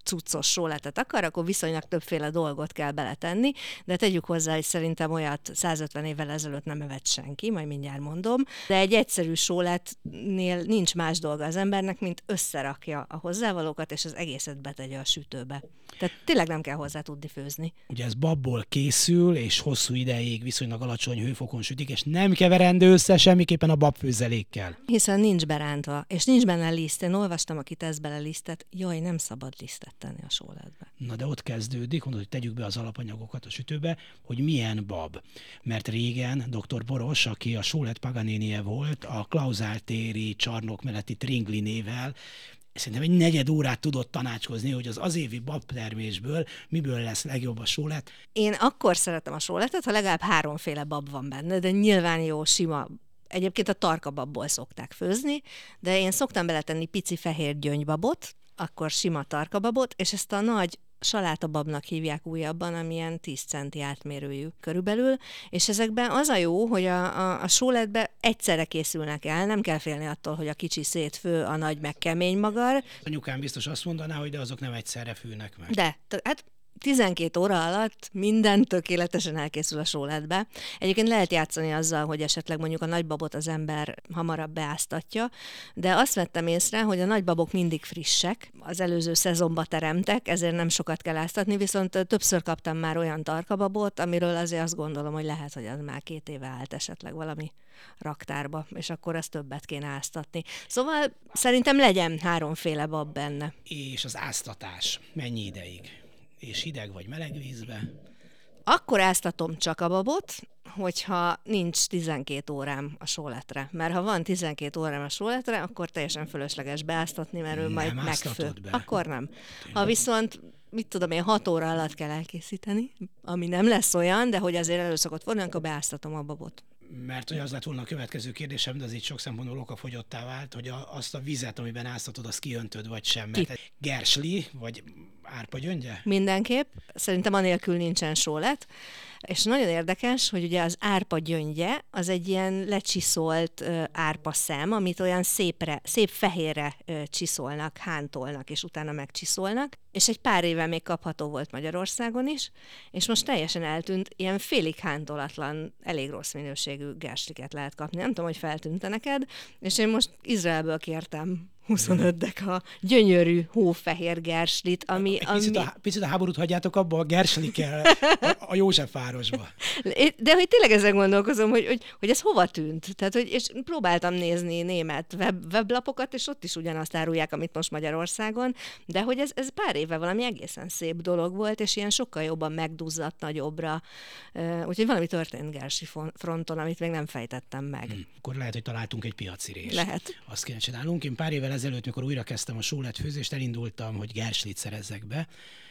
cuccos sóletet akar, akkor viszonylag többféle dolgot kell beletenni, de tegyük hozzá, hogy szerintem olyat százötven évvel ezelőtt nem evett senki, majd mindjárt mondom, de egy egyszerű sóletnél nincs más dolga az embernek, mint összerakja a hozzávalókat, és az egészet betegye a sütőbe. Tehát tényleg nem kell hozzá tudni főzni. Ugye ez babból készül, és hosszú ideig viszonylag alacsony hőfokon sütik, és nem keverendő össze semmiképpen a babfőzelékkel. Hiszen nincs berántva, és nincs benne liszt. Én olvastam, aki tesz bele lisztet, jaj, nem szabad lisztet tenni a sóletbe. Na de ott kezdődik, mondod, hogy tegyük be az alapanyagokat a sütőbe, hogy milyen bab. Mert régen doktor Boros, aki a sólet Paganinie volt, a Klauzál-téri csarnok melletti Tringli nével, szerintem egy negyed órát tudott tanácskozni, hogy az azévi babtermésből miből lesz legjobb a sólet. Én akkor szeretem a sóletet, ha legalább háromféle bab van benne, de nyilván jó, sima. Egyébként a tarkababból szokták főzni, de én szoktam beletenni pici fehér gyöngybabot, akkor sima tarkababot, és ezt a nagy salátababnak hívják újabban, amilyen tíz centi átmérőjű körülbelül, és ezekben az a jó, hogy a, a, a sóletbe egyszerre készülnek el, nem kell félni attól, hogy a kicsi szétfő, a nagy meg kemény magar. Anyukám biztos azt mondaná, hogy de azok nem egyszerre fűnek meg. De, hát tizenkét óra alatt minden tökéletesen elkészül a sóletbe. Egyébként lehet játszani azzal, hogy esetleg mondjuk a nagybabot az ember hamarabb beáztatja, de azt vettem észre, hogy a nagybabok mindig frissek, az előző szezonba teremtek, ezért nem sokat kell áztatni, viszont többször kaptam már olyan tarkababot, amiről azért azt gondolom, hogy lehet, hogy az már két éve állt esetleg valami raktárba, és akkor ezt többet kéne áztatni. Szóval szerintem legyen háromféle bab benne. És az áztatás mennyi ideig? És hideg vagy meleg vízbe? Akkor áztatom csak a babot, hogyha nincs tizenkét órám a sóletre. Mert ha van tizenkét órám a sóletre, akkor teljesen fölösleges beáztatni, mert ő Nem majd megfő. be. Akkor nem. Ha viszont, mit tudom én, hat óra alatt kell elkészíteni, ami nem lesz olyan, de hogy azért elő szokott fordulni, akkor beáztatom a babot. Mert hogy az lett volna a következő kérdésem, de az így sok szempontból okafogyottá vált, hogy a, azt a vizet, amiben áztatod, azt kiöntöd, vagy sem. Mert egy gersli, vagy árpagyöngye? Mindenképp. Szerintem anélkül nincsen sólet. És nagyon érdekes, hogy ugye az árpa gyöngye, az egy ilyen lecsiszolt uh, árpa szem, amit olyan szépre, szép fehérre uh, csiszolnak, hántolnak, és utána megcsiszolnak. És egy pár éve még kapható volt Magyarországon is, és most teljesen eltűnt, ilyen félig hántolatlan, elég rossz minőségű gersliket lehet kapni. Nem tudom, hogy feltűnt neked, és én most Izraelből kértem huszonöt deka gyönyörű hófehér gerslit, ami... Egy picit, ami... a, picit a háborút hagyjátok abba, a gerslikkel a, a Józsefvárosba. De hogy tényleg ezen gondolkozom, hogy, hogy, hogy ez hova tűnt? Tehát, hogy, és próbáltam nézni német web, weblapokat, és ott is ugyanazt árulják, amit most Magyarországon, de hogy ez, ez pár éve valami egészen szép dolog volt, és ilyen sokkal jobban megduzzadt nagyobbra. Úgyhogy valami történt gersli fronton, amit még nem fejtettem meg. Hmm, akkor lehet, hogy találtunk egy piacirést. Lehet. Azt kéne csinálnunk. Én pár évvel ezelőtt, mikor újra kezdtem a sóletfőzést, elindultam, hogy gerslit szerezzek be,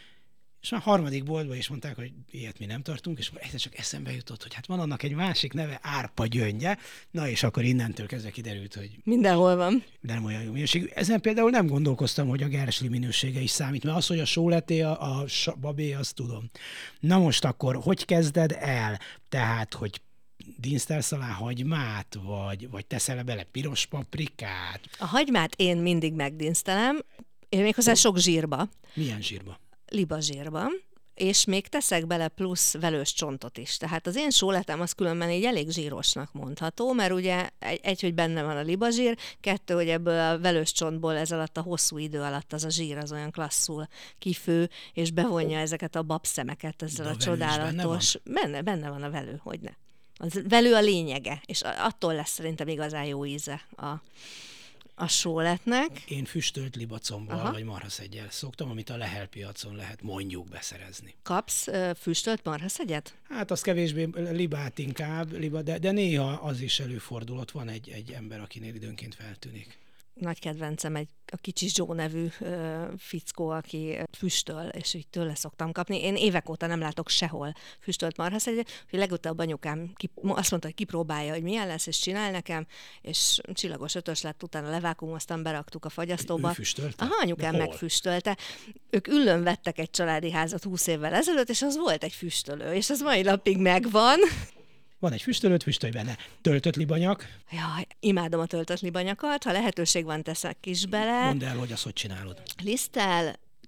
és már a harmadik boltban is mondták, hogy ilyet mi nem tartunk, és akkor egyszer csak eszembe jutott, hogy hát van annak egy másik neve, árpa gyöngye, na és akkor innentől kezdve kiderült, hogy mindenhol van. De nem olyan jó minőségű. Ezen például nem gondolkoztam, hogy a gersli minősége is számít, mert az, hogy a sóleté, a, a babé, azt tudom. Na most akkor, hogy kezded el? Tehát, hogy dinsztelsz alá hagymát, vagy, vagy teszel bele piros paprikát? A hagymát én mindig megdinsztelem, én méghozzá sok zsírba. Milyen zsírba? Libazsírban, és még teszek bele plusz velős csontot is. Tehát az én sóletem az különben így elég zsírosnak mondható, mert ugye egy, egy hogy benne van a libazsír, kettő, hogy ebből a velős csontból ez alatt a hosszú idő alatt az a zsír az olyan klasszul kifő, és bevonja ezeket a babszemeket ezzel De a, a csodálatos... Benne van? benne, benne van a velő, hogyne. Az velő a lényege, és attól lesz szerintem igazán jó íze a a sóletnek. Én füstölt libacomból, Aha. vagy marhaszeggyel szoktam, amit a Lehel piacon lehet mondjuk beszerezni. Kapsz uh, füstölt marhaszegyet? Hát az kevésbé libát inkább, liba, de, de néha az is előfordul, ott van egy, egy ember, akinél időnként feltűnik. Nagy kedvencem egy a kicsi Joe nevű ö, fickó, aki füstöl, és így tőle szoktam kapni. Én évek óta nem látok sehol füstölt marhaszegyet, hogy legutóbb anyukám ki, azt mondta, hogy kipróbálja, hogy milyen lesz, és csinál nekem, és csillagos ötös lett, utána levákumoztam, beraktuk a fagyasztóba. Ő füstölte? Aha, anyukám megfüstölte. Ők Üllőn vettek egy családi házat húsz évvel ezelőtt, és az volt egy füstölő, és az mai napig megvan. Van egy füstölőt, füstölj benne. Töltött libanyak. Jaj, imádom a töltött libanyakat, ha lehetőség van, teszek is bele. Mondd el, hogy azt hogy csinálod. Liszttel,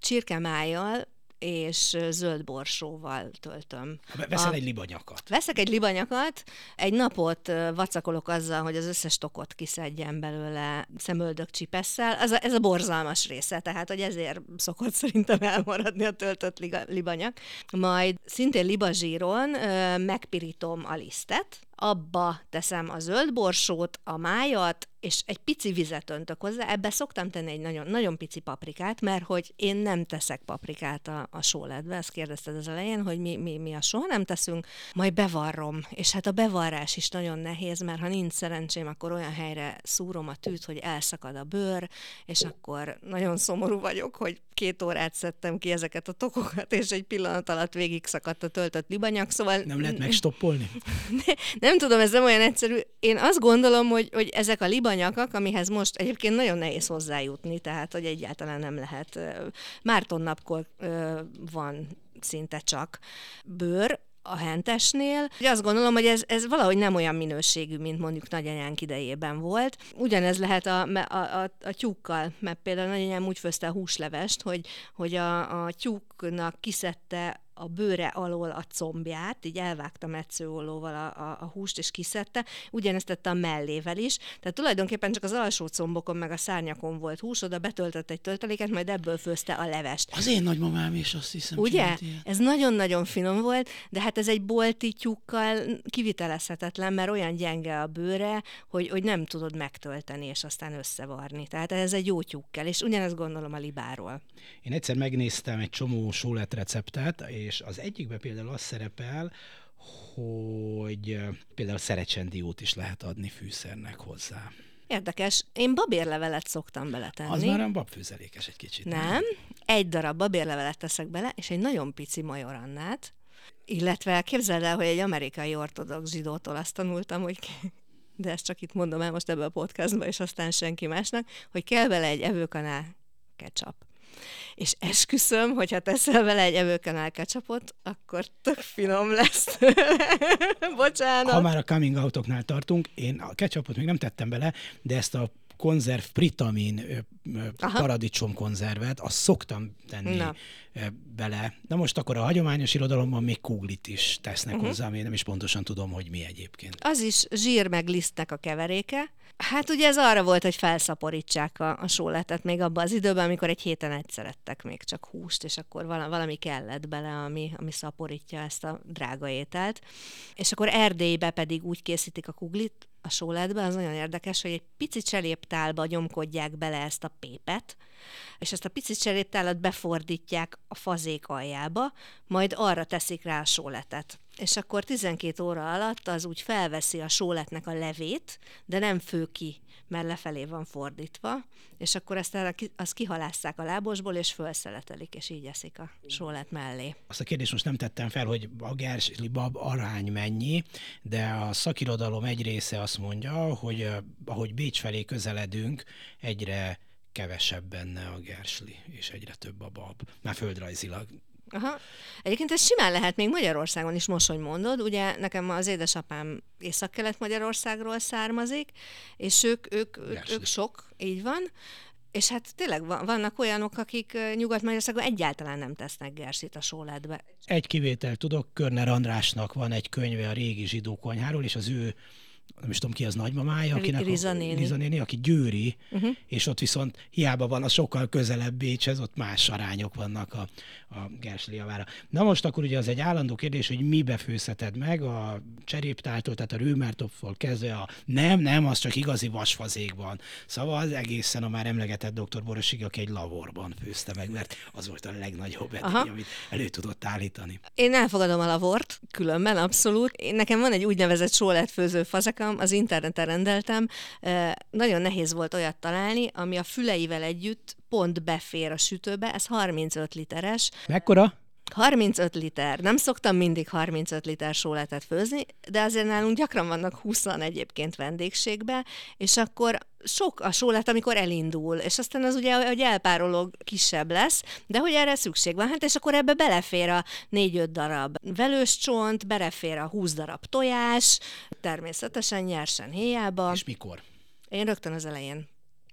csirkemájjal és zöld borsóval töltöm. Veszel a... egy libanyakat. Veszek egy libanyakat, egy napot vacakolok azzal, hogy az összes tokot kiszedjem belőle szemöldök csipesszel. Ez a, ez a borzalmas része, tehát hogy ezért szokott szerintem elmaradni a töltött libanyak. Majd szintén libazsíron megpirítom a lisztet, abba teszem a zöld borsót, a májat, és egy pici vizet öntök hozzá. Ebbe szoktam tenni egy nagyon, nagyon pici paprikát, mert hogy én nem teszek paprikát a, a sóledbe, ezt kérdezted az elején, hogy mi, mi, mi a soha nem teszünk, majd bevarrom. És hát a bevarrás is nagyon nehéz, mert ha nincs szerencsém, akkor olyan helyre szúrom a tűt, hogy elszakad a bőr, és akkor nagyon szomorú vagyok, hogy két órát szedtem ki ezeket a tokokat, és egy pillanat alatt végig szakadt a töltött libanyak, szóval... Nem lehet megstoppolni? Nem tudom, ez nem olyan egyszerű. Én azt gondolom, hogy, hogy ezek a libanyakak, amihez most egyébként nagyon nehéz hozzájutni, tehát hogy egyáltalán nem lehet. Márton napkor van szinte csak bőr a hentesnél. Azt gondolom, hogy ez, ez valahogy nem olyan minőségű, mint mondjuk nagyanyánk idejében volt. Ugyanez lehet a, a, a, a tyúkkal, mert például nagyanyám úgy főzte a húslevest, hogy, hogy a, a tyúknak kiszedte a bőre alól a combját, így elvágta metszőollóval a, a, a húst, és kiszedte. Ugyanezt tette a mellével is. Tehát tulajdonképpen csak az alsó combokon, meg a szárnyakon volt hús, oda betöltött egy tölteléket, majd ebből főzte a levest. Az én nagymamám is, azt hiszem. Ugye? Ez nagyon-nagyon finom volt, de hát ez egy bolti tyúkkal kivitelezhetetlen, mert olyan gyenge a bőre, hogy, hogy nem tudod megtölteni, és aztán összevarni. Tehát ez egy jó tyúk kell, és ugyanezt gondolom a libáról. Én egyszer megnéztem egy csomó sólet receptet, és az egyikben például az szerepel, hogy például szerecsendiót is lehet adni fűszernek hozzá. Érdekes. Én babérlevelet szoktam beletenni. Az már olyan babfőzelékes egy kicsit. Nem. nem. Egy darab babérlevelet teszek bele, és egy nagyon pici majorannát, illetve képzeld el, hogy egy amerikai ortodox zsidótól azt tanultam, hogy de ezt csak itt mondom el most ebben a podcastban, és aztán senki másnak, hogy kell vele egy evőkanál ketchup. És esküszöm, hogyha teszel vele egy evőkanál ketchupot, akkor tök finom lesz. Bocsánat. Ha már a coming outoknál tartunk, én a ketchupot még nem tettem bele, de ezt a konzerv pritamin paradicsom konzervet, azt szoktam tenni Na. bele. Na most akkor a hagyományos irodalomban még kuglit is tesznek uh-huh. hozzá, én nem is pontosan tudom, hogy mi egyébként. Az is zsír meg lisztnek a keveréke. Hát ugye ez arra volt, hogy felszaporítsák a, a sóletet még abban az időben, amikor egy héten egyszer ettek még csak húst, és akkor valami kellett bele, ami, ami szaporítja ezt a drága ételt. És akkor Erdélybe pedig úgy készítik a kuglit, a sóletbe, az nagyon érdekes, hogy egy pici cseréptálba nyomkodják bele ezt a pépet, és ezt a pici cseréptálat befordítják a fazék aljába, majd arra teszik rá a sóletet. És akkor tizenkét óra alatt az úgy felveszi a sóletnek a levét, de nem fő ki, mert lefelé van fordítva, és akkor ezt azt kihalásszák a lábosból, és felszeletelik, és így eszik a sólet mellé. Azt a kérdést most nem tettem fel, hogy a gersli bab arány mennyi, de a szakirodalom egy része azt mondja, hogy ahogy Bécs felé közeledünk, egyre kevesebb benne a gersli, és egyre több a bab. Már földrajzilag. Aha. Egyébként ez simán lehet még Magyarországon is, most, hogy mondod. Ugye nekem az édesapám Észak-Kelet-Magyarországról származik, és ők, ők, ők, ők sok, így van. És hát tényleg vannak olyanok, akik Nyugat-Magyarországon egyáltalán nem tesznek gerslit a sóletbe. Egy kivételt tudok, Körner Andrásnak van egy könyve a régi zsidó konyháról, és az ő nem is tudom ki az nagymamája, akinek Riza néni. a Riza néni, aki győri, uh-huh. és ott viszont hiába van, az sokkal közelebb Bécshez, ott más arányok vannak a, a gersli javára. Na most akkor ugye az egy állandó kérdés, hogy mibe főzheted meg a cseréptáltól, tehát a rőmertopfól kezdve a nem, nem, az csak igazi vasfazékban. Szóval az egészen a már emlegetett doktor Borosig, aki egy lavorban főzte meg, mert az volt a legnagyobb edény, amit elő tudott állítani. Én elfogadom a lavort, különben abszolút. Én, nekem van egy úgynevezett sóletfőző fazekam, az interneten rendeltem, nagyon nehéz volt olyat találni, ami a füleivel együtt pont befér a sütőbe, ez harmincöt literes. Mekkora? harmincöt liter. Nem szoktam mindig harmincöt liter sóletet főzni, de azért nálunk gyakran vannak húszan egyébként vendégségbe, és akkor sok a sólet, amikor elindul, és aztán az ugye, hogy elpárolog, kisebb lesz, de hogy erre szükség van, hát és akkor ebbe belefér a négy-öt darab velős csont, belefér a húsz darab tojás, természetesen nyersen héjába. És mikor? Én rögtön az elején.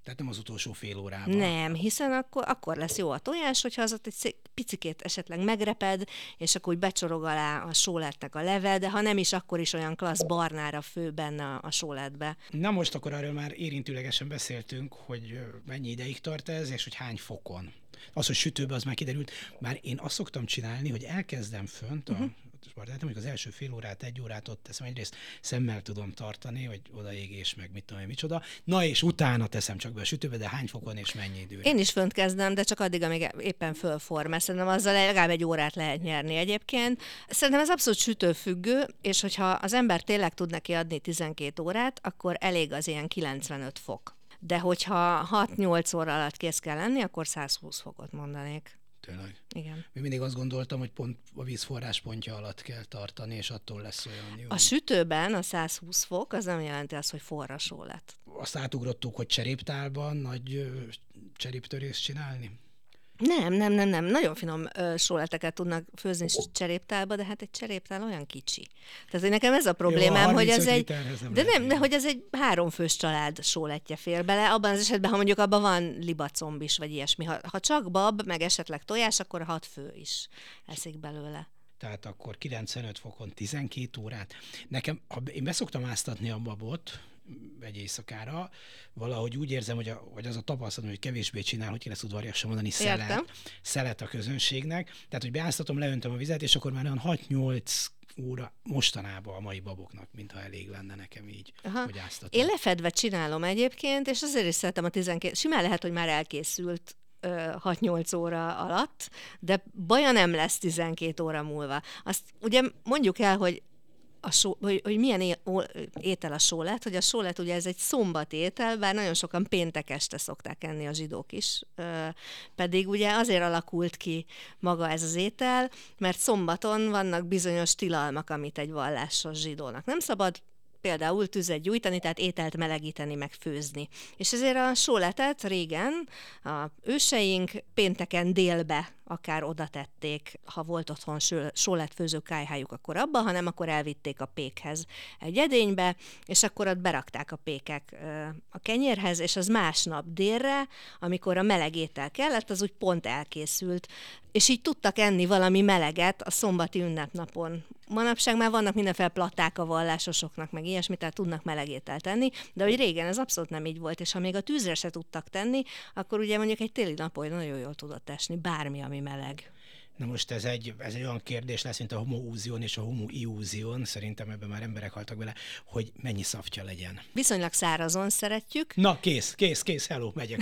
Tehát nem az utolsó fél órában. Nem, hiszen akkor, akkor lesz jó a tojás, hogyha az ott egy szé- picikét esetleg megreped, és akkor úgy becsorog alá a sóletnek a leve, de ha nem is, akkor is olyan klassz barnára fő benne a, a sóletbe. Na most akkor arról már érintőlegesen beszéltünk, hogy mennyi ideig tart ez, és hogy hány fokon. Az, hogy sütőbe, az már kiderült. Már én azt szoktam csinálni, hogy elkezdem fönt, a, uh-huh. tehát mondjuk az első fél órát, egy órát ott teszem, egyrészt szemmel tudom tartani, hogy odaégés, meg mit tudom én, micsoda. Na és utána teszem csak be a sütőbe, de hány fokon és mennyi időre? Én is fönt kezdem, de csak addig, amíg éppen fölform. Szerintem azzal legalább egy órát lehet nyerni egyébként. Szerintem ez abszolút sütőfüggő, és hogyha az ember tényleg tud neki adni tizenkét órát, akkor elég az ilyen kilencvenöt fok. De hogyha hat-nyolc óra alatt kész kell lenni, akkor százhúsz fokot mondanék. Tényleg? Igen. Még mindig azt gondoltam, hogy pont a vízforrás pontja alatt kell tartani, és attól lesz olyan jó. A sütőben a százhúsz fok, az nem jelenti azt, hogy forra sólet. Azt átugrottuk, hogy cseréptálban nagy ö, cseréptörést csinálni? Nem, nem, nem, nem. Nagyon finom ö, sóleteket tudnak főzni cseréptálba, de hát egy cseréptál olyan kicsi. Tehát hogy nekem ez a problémám, jó, hogy ez egy... Nem de nem, de hogy ez egy háromfős család sóletje fér bele. Abban az esetben, ha mondjuk abban van libacombis, vagy ilyesmi. Ha, ha csak bab, meg esetleg tojás, akkor hat fő is eszik belőle. Tehát akkor kilencvenöt fokon tizenkét órát. Nekem, ha én beszoktam áztatni a babot egy éjszakára, valahogy úgy érzem, hogy, a, hogy az a tapasztalat, hogy kevésbé csinál, hogy kéne ezt udvariasan mondani, szelet, szelet a közönségnek. Tehát, hogy beáztatom, leöntöm a vizet, és akkor már olyan hat-nyolc óra mostanában a mai baboknak, mintha elég lenne nekem így, aha. hogy áztatom. Én lefedve csinálom egyébként, és azért is szeretem a tizenkét. Simán lehet, hogy már elkészült hat-nyolc óra alatt, de baja nem lesz tizenkét óra múlva. Azt ugye mondjuk el, hogy A só, hogy, hogy milyen é, ó, étel a sólet, hogy a sólet ugye ez egy szombati étel, bár nagyon sokan péntek este szokták enni a zsidók is, ö, pedig ugye azért alakult ki maga ez az étel, mert szombaton vannak bizonyos tilalmak, amit egy vallásos zsidónak nem szabad, például tüzet gyújtani, tehát ételt melegíteni, meg főzni. És ezért a sóletet régen a őseink pénteken délbe akár oda tették, ha volt otthon sóletfőző kályhájuk, akkor abba, hanem akkor elvitték a pékhez egy edénybe, és akkor ott berakták a pékek a kenyérhez, és az másnap délre, amikor a meleg étel kellett, az úgy pont elkészült. És így tudtak enni valami meleget a szombati ünnepnapon. Manapság már vannak mindenféle platák a vallásosoknak, meg ilyesmi, tehát tudnak meleg ételt tenni, de hogy régen ez abszolút nem így volt, és ha még a tűzre se tudtak tenni, akkor ugye mondjuk egy téli napon nagyon jól tudott esni, bármi, ami meleg. Na most ez egy, ez egy olyan kérdés lesz, mint a homoúzión és a homoiúzión, szerintem ebben már emberek haltak bele, hogy mennyi szaftja legyen. Viszonylag szárazon szeretjük. Na, kész, kész, kész, hello, megyek.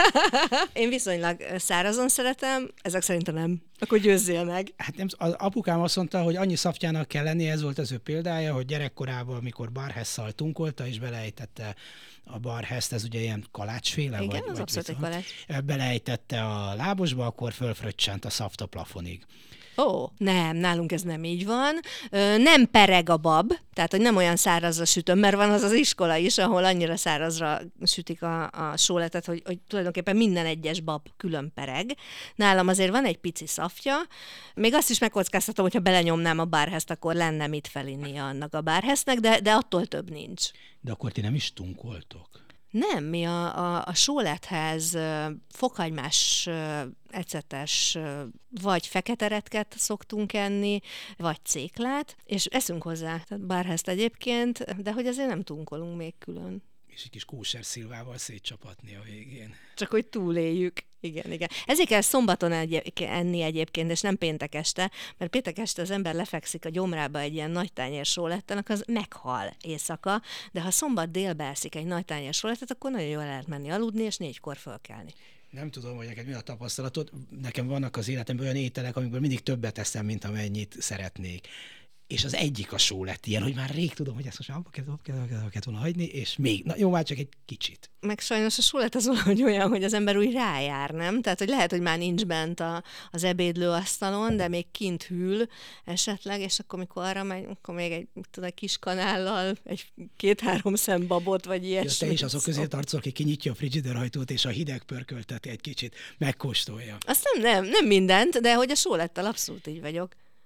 Én viszonylag szárazon szeretem, ezek szerintem nem. Akkor győzzél meg. Hát nem, az apukám azt mondta, hogy annyi szaftjának kell lenni, ez volt az ő példája, hogy gyerekkorában, amikor barhesszal tunkolta, és beleejtette a barheszt, ez ugye ilyen kalácsféle? Igen, vagy, az abszolút egy kalács. Beleejtette a lábosba, akkor fölfröccsent a szaft a plafonig. Ó, nem, nálunk ez nem így van. Ö, nem pereg a bab, tehát hogy nem olyan szárazra sütöm, mert van az az iskola is, ahol annyira szárazra sütik a, a sóletet, hogy, hogy tulajdonképpen minden egyes bab külön pereg. Nálam azért van egy pici szafja, még azt is megkockáztatom, hogyha belenyomnám a bárheszt, akkor lenne mit felinnia annak a bárhesznek, de, de attól több nincs. De akkor ti nem is tunkoltok? Nem, mi a, a, a sólethez fokhagymás ecetes vagy fekete retket szoktunk enni, vagy céklát, és eszünk hozzá, tehát bárhezt egyébként, de hogy azért nem tunkolunk még külön. És egy kis kóser szilvával szétcsapatni a végén. Csak hogy túléljük. Igen, igen. Ezért kell szombaton egy- enni egyébként, és nem péntek este, mert péntek este az ember lefekszik a gyomrába egy ilyen nagy tányér sólettenek, az meghal éjszaka, de ha szombat délbe eszik egy nagy tányér sólettet, akkor nagyon jól lehet menni aludni, és négykor fölkelni. Nem tudom, hogy neked mi a tapasztalatod. Nekem vannak az életemben olyan ételek, amikből mindig többet eszem, mint amennyit szeretnék. És az egyik a sólet ilyen, hogy már rég tudom, hogy ezt most abba kell, abba kell, abba kell, abba kell volna hagyni, és még, na jó, már csak egy kicsit. Meg sajnos a sólet az valahogy olyan, hogy az ember úgy rájár, nem? Tehát, hogy lehet, hogy már nincs bent a, az ebédlőasztalon, de még kint hűl esetleg, és akkor, mikor arra megy, akkor még egy, tudom, egy kis kanállal, egy két-három szem babot, vagy ilyesmi. Ja, te is azok közé tartozol, aki kinyitja a frigiderajtót, és a hideg pörkölteti egy kicsit, megkóstolja. Azt nem, nem, nem mindent, de hogy a sólettel abszolút így vagyok.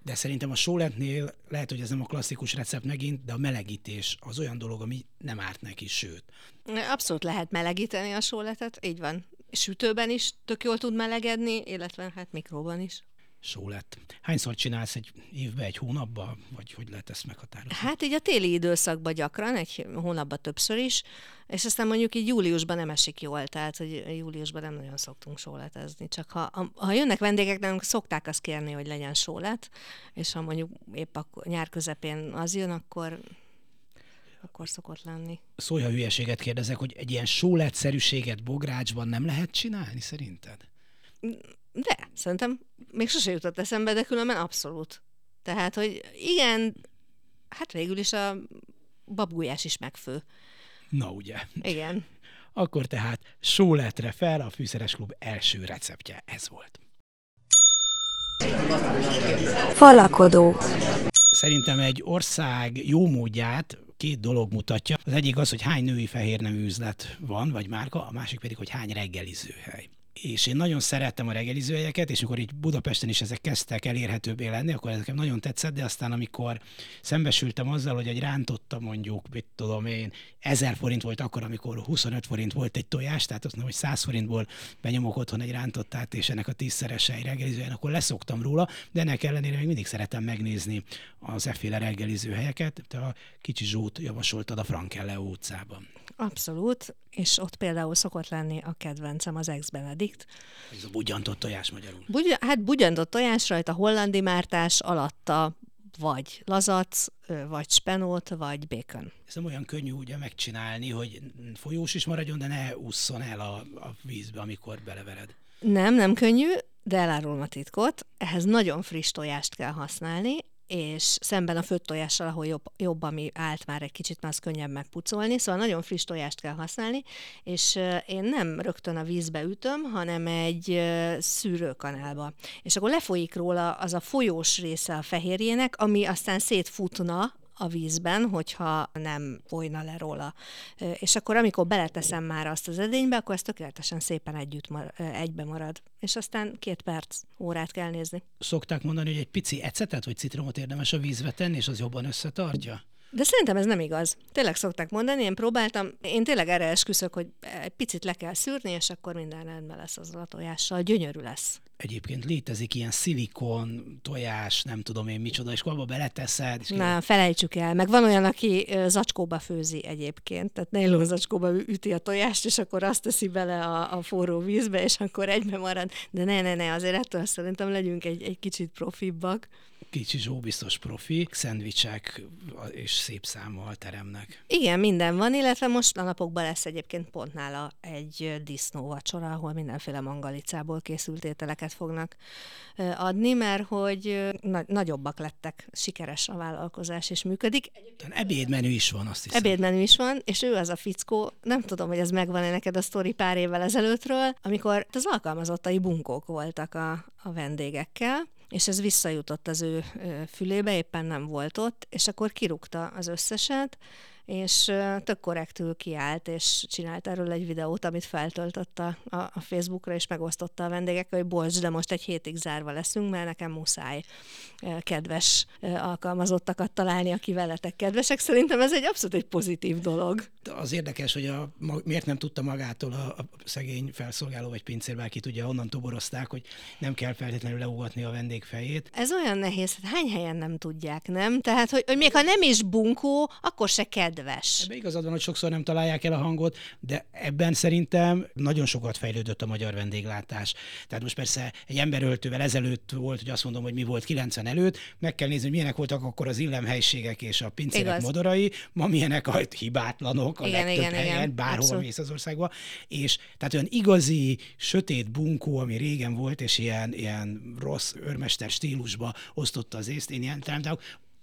De szerintem a sóletnél lehet, hogy ez nem a klasszikus recept megint, de a melegítés az olyan dolog, ami nem árt neki, sőt. Abszolút lehet melegíteni a sóletet, így van. Sütőben is tök jól tud melegedni, illetve hát mikróban is. Sólet. Hányszor csinálsz egy évben, egy hónapban, vagy hogy lehet ezt meghatározni? Hát így a téli időszakban gyakran, egy hónapban többször is, és aztán mondjuk így júliusban nem esik jól, tehát hogy júliusban nem nagyon szoktunk sóletezni, csak ha, ha jönnek vendégek, nálunk szokták azt kérni, hogy legyen sólet, és ha mondjuk épp akkor nyár közepén az jön, akkor, akkor szokott lenni. Szólj, ha hülyeséget kérdezek, hogy egy ilyen sóletszerűséget bográcsban nem lehet csinálni, szerinted? De, szerintem még sose jutott eszembe, de különben abszolút. Tehát, hogy igen, hát végül is a babgulyás is megfő. Na ugye. Igen. Akkor tehát sóletre fel a Fűszeres Klub első receptje. Ez volt. Falakodó. Szerintem egy ország jó módját két dolog mutatja. Az egyik az, hogy hány női fehérnemű üzlet van, vagy márka, a másik pedig, hogy hány reggelizőhely. És én nagyon szerettem a reggelizőhelyeket, és amikor így Budapesten is ezek kezdtek elérhetőbbé lenni, akkor ezek nagyon tetszett, de aztán amikor szembesültem azzal, hogy egy rántotta mondjuk, mit tudom én, ezer forint volt akkor, amikor huszonöt forint volt egy tojás, tehát azt mondom, hogy száz forintból benyomok otthon egy rántottát, és ennek a tízszerese egy reggelizőhelyen, akkor leszoktam róla, de ennek ellenére még mindig szeretem megnézni az efféle reggelizőhelyeket. Te a Kicsi Zsót javasoltad a Frankelleó utcában. Abszolút, és ott például szokott lenni a kedvencem, az ex-Benedikt. Ez a bugyantott tojás magyarul. Bugy- hát bugyantott tojás, rajta hollandi mártás, alatta vagy lazac, vagy spenót, vagy bacon. Ez nem olyan könnyű ugye megcsinálni, hogy folyós is maradjon, de ne ússzon el a, a vízbe, amikor belevered. Nem, nem könnyű, de elárulom a titkot. Ehhez nagyon friss tojást kell használni, és szemben a főtt tojással, ahol jobb, jobb, ami állt már egy kicsit, már az könnyebb megpucolni, szóval nagyon friss tojást kell használni, és én nem rögtön a vízbe ütöm, hanem egy szűrőkanálba. És akkor lefolyik róla az a folyós része a fehérjének, ami aztán szétfutna a vízben, hogyha nem folyna le róla. És akkor, amikor beleteszem már azt az edénybe, akkor ez tökéletesen szépen együtt mar- egybe marad. És aztán két perc, órát kell nézni. Szokták mondani, hogy egy pici ecetet vagy citromot érdemes a vízbe tenni, és az jobban összetartja? De szerintem ez nem igaz. Tényleg szokták mondani, én próbáltam, én tényleg erre esküszök, hogy egy picit le kell szűrni, és akkor minden rendben lesz az a tojással, gyönyörű lesz. Egyébként létezik ilyen szilikon, tojás, nem tudom én micsoda, és akkor abba beleteszed. És Na, felejtsük el. Meg van olyan, aki zacskóba főzi egyébként, tehát nylon zacskóba üti a tojást, és akkor azt teszi bele a, a forró vízbe, és akkor egybe marad. De ne, ne, ne, azért ettől szerintem legyünk egy, egy kicsit profibbak. Kicsi Zsó biztos profi, szendvicsek és szép számmal teremnek. Igen, minden van, illetve most a napokban lesz egyébként pont nála egy disznóvacsora, ahol mindenféle mangalicából készült ételeket fognak adni, mert hogy na- nagyobbak lettek, sikeres a vállalkozás és működik. Talán ebédmenü is van, azt hiszem. Ebédmenü is van, és ő az a fickó, nem tudom, hogy ez megvan-e neked a sztori pár évvel ezelőttről, amikor az alkalmazottai bunkók voltak a, a vendégekkel, és ez visszajutott az ő fülébe, éppen nem volt ott, és akkor kirúgta az összeset, és tök korrektül kiállt, és csinált erről egy videót, amit feltöltött a, a Facebookra, és megosztotta a vendégekkel, hogy bocs, de most egy hétig zárva leszünk, mert nekem muszáj kedves alkalmazottakat találni, aki veletek kedvesek. Szerintem ez egy abszolút egy pozitív dolog. Az érdekes, hogy a, miért nem tudta magától a, a szegény felszolgáló vagy pincér, bárki tudja, onnan toborozták, hogy nem kell feltétlenül leúgatni a vendég fejét. Ez olyan nehéz, hát hány helyen nem tudják, nem? Tehát, hogy, hogy még ha nem is bunkó, akkor se kedves. Ebben igazad van, hogy sokszor nem találják el a hangot, de ebben szerintem nagyon sokat fejlődött a magyar vendéglátás. Tehát most persze egy emberöltővel ezelőtt volt, hogy azt mondom, hogy mi volt kilencven előtt, meg kell nézni, hogy milyenek voltak akkor az illemhelyiségek és a pincérek Igaz. Modorai, ma milyenek a hibátlanok a Igen, legtöbb igen, helyen, igen. bárhol Abszolút. mész az országba, és tehát olyan igazi, sötét bunkó, ami régen volt, és ilyen, ilyen rossz őrmester stílusba osztotta az észt, én ilyen talán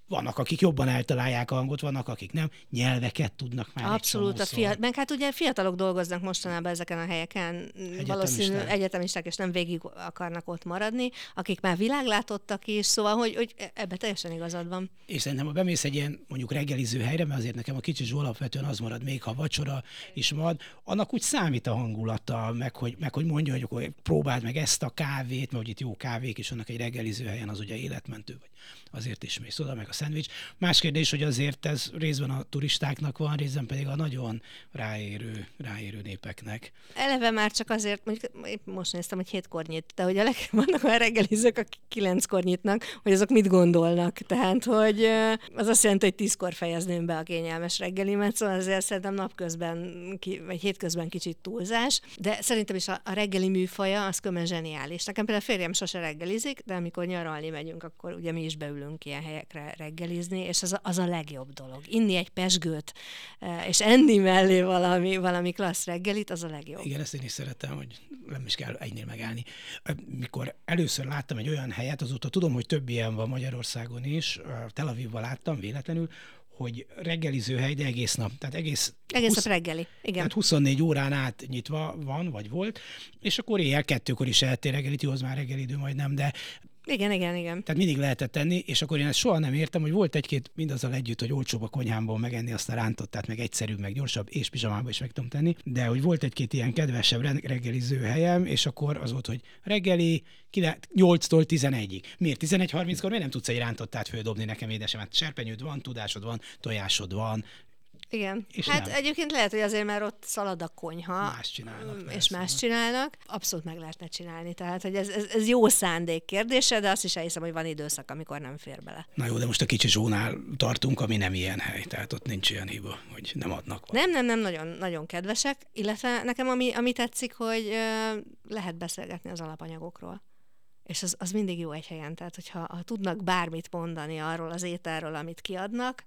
vannak, akik jobban eltalálják a hangot, vannak, akik nem, nyelveket tudnak már. Abszolút, a fiatal, meg hát ugye fiatalok dolgoznak mostanában ezeken a helyeken, valószínű egyetemisták, és nem végig akarnak ott maradni, akik már világlátottak is, szóval, hogy, hogy ebbe teljesen igazad van. És szerintem, ha bemész egy ilyen mondjuk reggeliző helyre, mert azért nekem a kicsi Zsó alapvetően az marad, még ha vacsora is marad, annak úgy számít a hangulata, meg hogy, meg hogy mondja, hogy akkor próbáld meg ezt a kávét, mert hogy itt jó kávék is vannak egy reggeliző helyen, az ugye életmentő, vagy azért is mész oda, meg a szendvics. Más kérdés, hogy azért ez részben a turistáknak van, részben pedig a nagyon ráérő, ráérő népeknek. Eleve már csak azért, mondjuk most néztem, hogy hétkor nyit, de hogy a leg, vannak olyan reggelizők, akik kilenckor nyitnak, hogy azok mit gondolnak. Tehát, hogy az azt jelenti, hogy tízkor fejezném be a kényelmes reggelimet, szóval azért szerintem napközben, vagy hétközben kicsit túlzás, de szerintem is a, a reggeli műfaja az kömen zseniális. Nekem például a férjem sose reggelizik, de amikor nyaralni megyünk, akkor ugye mi is beülünk ilyen helyekre reggelizni, és az a, az a legjobb dolog. Inni egy pezsgőt, és enni mellé valami, valami klassz reggelit, az a legjobb. Igen, ezt én is szeretem, hogy nem is kell egynél megállni. Mikor először láttam egy olyan helyet, azóta tudom, hogy több ilyen van Magyarországon is, Tel Avivban láttam véletlenül, hogy reggeliző hely, de egész nap. Tehát egész, egész nap reggeli, igen. Tehát huszonnégy órán át nyitva van, vagy volt, és akkor éjjel kettőkor is eltér reggelit, jó, az már reggelidő majd nem, de igen, igen, igen. Tehát mindig lehetett tenni, és akkor én ezt soha nem értem, hogy volt egy-két mindazzal együtt, hogy olcsóbb a konyhámból megenni azt a rántottát, meg egyszerűbb, meg gyorsabb, és pizsamába is meg tudom tenni, de hogy volt egy-két ilyen kedvesebb reggeliző helyem, és akkor az volt, hogy reggeli nyolctól tizenegyig. Miért tizenegy harminckor miért nem tudsz egy rántottát földobni nekem, édesem? Hát serpenyőd van, tudásod van, tojásod van. Igen. És hát nem. Egyébként lehet, hogy azért már ott szalad a konyha. Más csinálnak. És persze. más csinálnak. Abszolút meg lehetne csinálni. Tehát, hogy ez, ez, ez jó szándék kérdése, de azt is elhiszem, hogy van időszak, amikor nem fér bele. Na jó, de most a kicsi Zsónál tartunk, ami nem ilyen hely. Tehát ott nincs ilyen hiba, hogy nem adnak valamit. Nem, nem, nem, nagyon, nagyon kedvesek. Illetve nekem ami, ami tetszik, hogy uh, lehet beszélgetni az alapanyagokról. És az, az mindig jó egy helyen, tehát hogyha ha tudnak bármit mondani arról az ételről, amit kiadnak,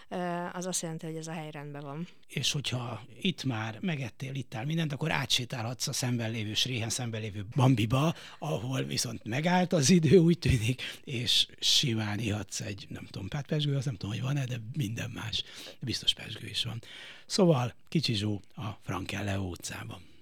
az azt jelenti, hogy ez a hely rendben van. És hogyha itt már megettél, ittál mindent, akkor átsétálhatsz a szemben lévő Sréhen, szemben lévő Bambiba, ahol viszont megállt az idő, úgy tűnik, és simán ihatsz egy, nem tudom, pátpezsgő, azt nem tudom, hogy van-e, de minden más. Biztos pezsgő is van. Szóval Kicsi Zsó a Frankel Leo utcában.